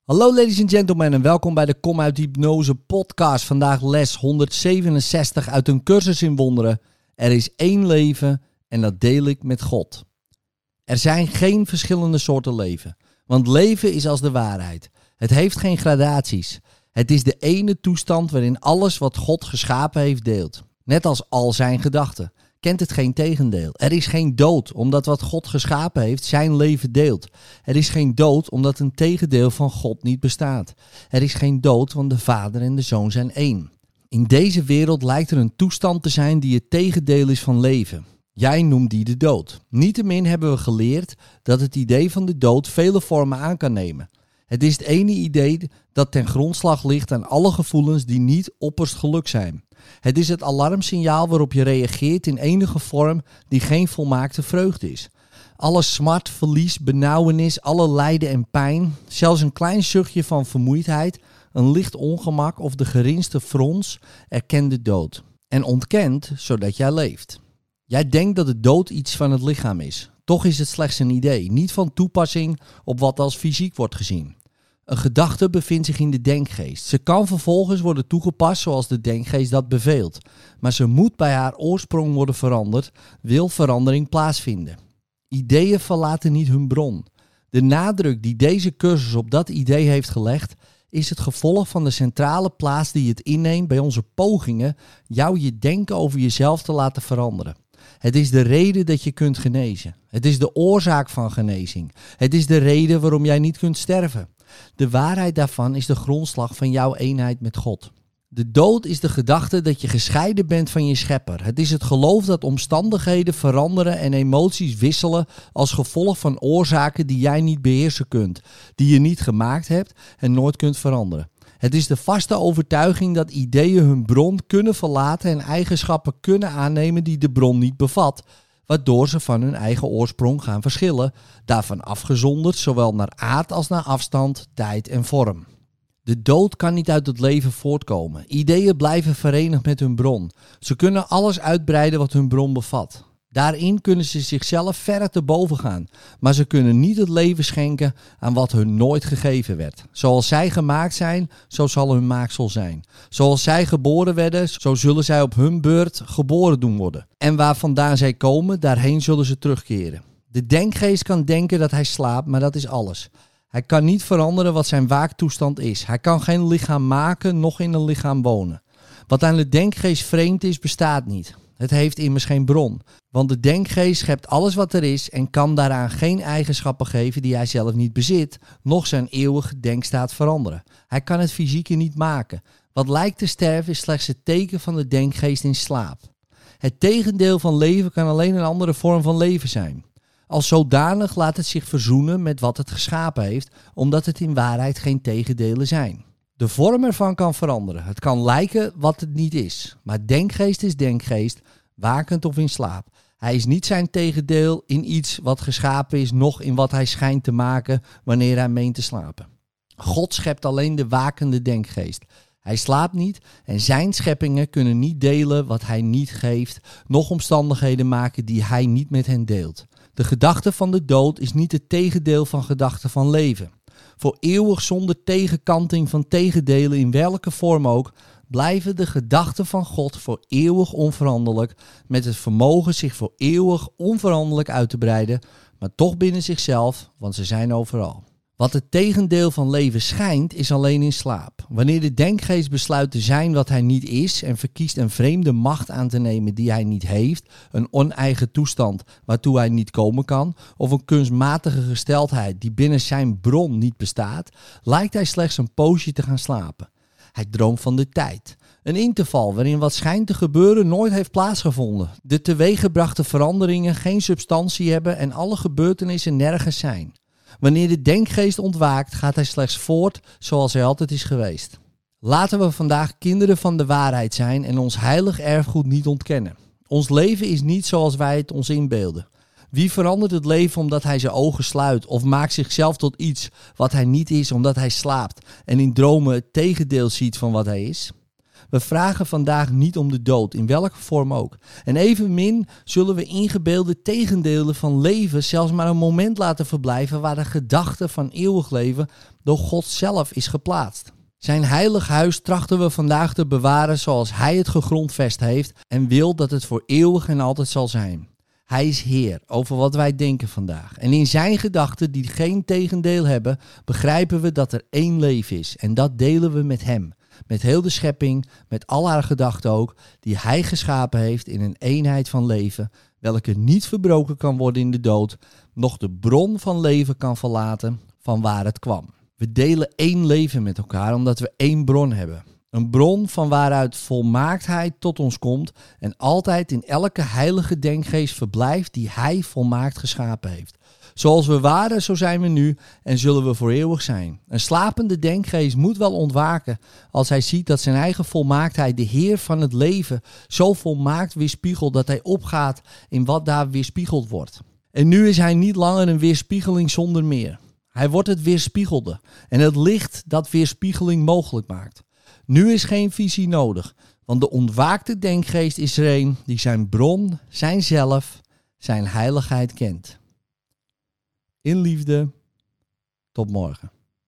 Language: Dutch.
Hallo ladies and gentlemen en welkom bij de Kom uit Hypnose podcast. Vandaag les 167 uit een cursus in wonderen. Er is één leven en dat deel ik met God. Er zijn geen verschillende soorten leven, want leven is als de waarheid. Het heeft geen gradaties. Het is de ene toestand waarin alles wat God geschapen heeft deelt. Net als al zijn gedachten. Kent het geen tegendeel. Er is geen dood, omdat wat God geschapen heeft zijn leven deelt. Er is geen dood, omdat een tegendeel van God niet bestaat. Er is geen dood, want de Vader en de Zoon zijn één. In deze wereld lijkt er een toestand te zijn die het tegendeel is van leven. Jij noemt die de dood. Niettemin hebben we geleerd dat het idee van de dood vele vormen aan kan nemen. Het is het ene idee dat ten grondslag ligt aan alle gevoelens die niet opperst geluk zijn. Het is het alarmsignaal waarop je reageert in enige vorm die geen volmaakte vreugde is. Alle smart, verlies, benauwenis, alle lijden en pijn, zelfs een klein zuchtje van vermoeidheid, een licht ongemak of de geringste frons, erkent de dood. En ontkent zodat jij leeft. Jij denkt dat de dood iets van het lichaam is. Toch is het slechts een idee, niet van toepassing op wat als fysiek wordt gezien. Een gedachte bevindt zich in de denkgeest. Ze kan vervolgens worden toegepast zoals de denkgeest dat beveelt. Maar ze moet bij haar oorsprong worden veranderd, wil verandering plaatsvinden. Ideeën verlaten niet hun bron. De nadruk die deze cursus op dat idee heeft gelegd, is het gevolg van de centrale plaats die het inneemt bij onze pogingen jou je denken over jezelf te laten veranderen. Het is de reden dat je kunt genezen. Het is de oorzaak van genezing. Het is de reden waarom jij niet kunt sterven. De waarheid daarvan is de grondslag van jouw eenheid met God. De dood is de gedachte dat je gescheiden bent van je schepper. Het is het geloof dat omstandigheden veranderen en emoties wisselen als gevolg van oorzaken die jij niet beheersen kunt, die je niet gemaakt hebt en nooit kunt veranderen. Het is de vaste overtuiging dat ideeën hun bron kunnen verlaten en eigenschappen kunnen aannemen die de bron niet bevat, waardoor ze van hun eigen oorsprong gaan verschillen, daarvan afgezonderd zowel naar aard als naar afstand, tijd en vorm. De dood kan niet uit het leven voortkomen. Ideeën blijven verenigd met hun bron. Ze kunnen alles uitbreiden wat hun bron bevat. Daarin kunnen ze zichzelf verre te boven gaan, maar ze kunnen niet het leven schenken aan wat hun nooit gegeven werd. Zoals zij gemaakt zijn, zo zal hun maaksel zijn. Zoals zij geboren werden, zo zullen zij op hun beurt geboren doen worden. En waar vandaan zij komen, daarheen zullen ze terugkeren. De denkgeest kan denken dat hij slaapt, maar dat is alles. Hij kan niet veranderen wat zijn waaktoestand is. Hij kan geen lichaam maken, noch in een lichaam wonen. Wat aan de denkgeest vreemd is, bestaat niet. Het heeft immers geen bron, want de denkgeest schept alles wat er is en kan daaraan geen eigenschappen geven die hij zelf niet bezit, noch zijn eeuwige denkstaat veranderen. Hij kan het fysieke niet maken. Wat lijkt te sterven is slechts het teken van de denkgeest in slaap. Het tegendeel van leven kan alleen een andere vorm van leven zijn. Als zodanig laat het zich verzoenen met wat het geschapen heeft, omdat het in waarheid geen tegendelen zijn. De vorm ervan kan veranderen. Het kan lijken wat het niet is. Maar denkgeest is denkgeest, wakend of in slaap. Hij is niet zijn tegendeel in iets wat geschapen is, noch in wat hij schijnt te maken wanneer hij meent te slapen. God schept alleen de wakende denkgeest. Hij slaapt niet en zijn scheppingen kunnen niet delen wat hij niet geeft, noch omstandigheden maken die hij niet met hen deelt. De gedachte van de dood is niet het tegendeel van gedachte van leven. Voor eeuwig zonder tegenkanting van tegendelen in welke vorm ook, blijven de gedachten van God voor eeuwig onveranderlijk, met het vermogen zich voor eeuwig onveranderlijk uit te breiden, maar toch binnen zichzelf, want ze zijn overal. Wat het tegendeel van leven schijnt, is alleen in slaap. Wanneer de denkgeest besluit te zijn wat hij niet is en verkiest een vreemde macht aan te nemen die hij niet heeft, een oneigen toestand waartoe hij niet komen kan, of een kunstmatige gesteldheid die binnen zijn bron niet bestaat, lijkt hij slechts een poosje te gaan slapen. Hij droomt van de tijd. Een interval waarin wat schijnt te gebeuren nooit heeft plaatsgevonden. De teweeggebrachte veranderingen geen substantie hebben en alle gebeurtenissen nergens zijn. Wanneer de denkgeest ontwaakt, gaat hij slechts voort zoals hij altijd is geweest. Laten we vandaag kinderen van de waarheid zijn en ons heilig erfgoed niet ontkennen. Ons leven is niet zoals wij het ons inbeelden. Wie verandert het leven omdat hij zijn ogen sluit of maakt zichzelf tot iets wat hij niet is omdat hij slaapt en in dromen het tegendeel ziet van wat hij is? We vragen vandaag niet om de dood, in welke vorm ook. En evenmin zullen we ingebeelde tegendelen van leven zelfs maar een moment laten verblijven waar de gedachte van eeuwig leven door God zelf is geplaatst. Zijn heilig huis trachten we vandaag te bewaren zoals Hij het gegrondvest heeft en wil dat het voor eeuwig en altijd zal zijn. Hij is Heer over wat wij denken vandaag. En in zijn gedachten die geen tegendeel hebben, begrijpen we dat er één leven is. En dat delen we met Hem. Met heel de schepping, met al haar gedachten ook, die Hij geschapen heeft in een eenheid van leven, welke niet verbroken kan worden in de dood, noch de bron van leven kan verlaten van waar het kwam. We delen één leven met elkaar omdat we één bron hebben. Een bron van waaruit volmaaktheid tot ons komt en altijd in elke heilige denkgeest verblijft die Hij volmaakt geschapen heeft. Zoals we waren, zo zijn we nu en zullen we voor eeuwig zijn. Een slapende denkgeest moet wel ontwaken als hij ziet dat zijn eigen volmaaktheid, de Heer van het leven, zo volmaakt weerspiegelt dat hij opgaat in wat daar weerspiegeld wordt. En nu is hij niet langer een weerspiegeling zonder meer. Hij wordt het weerspiegelde en het licht dat weerspiegeling mogelijk maakt. Nu is geen visie nodig, want de ontwaakte denkgeest is er een die zijn bron, zijn zelf, zijn heiligheid kent. In liefde, tot morgen.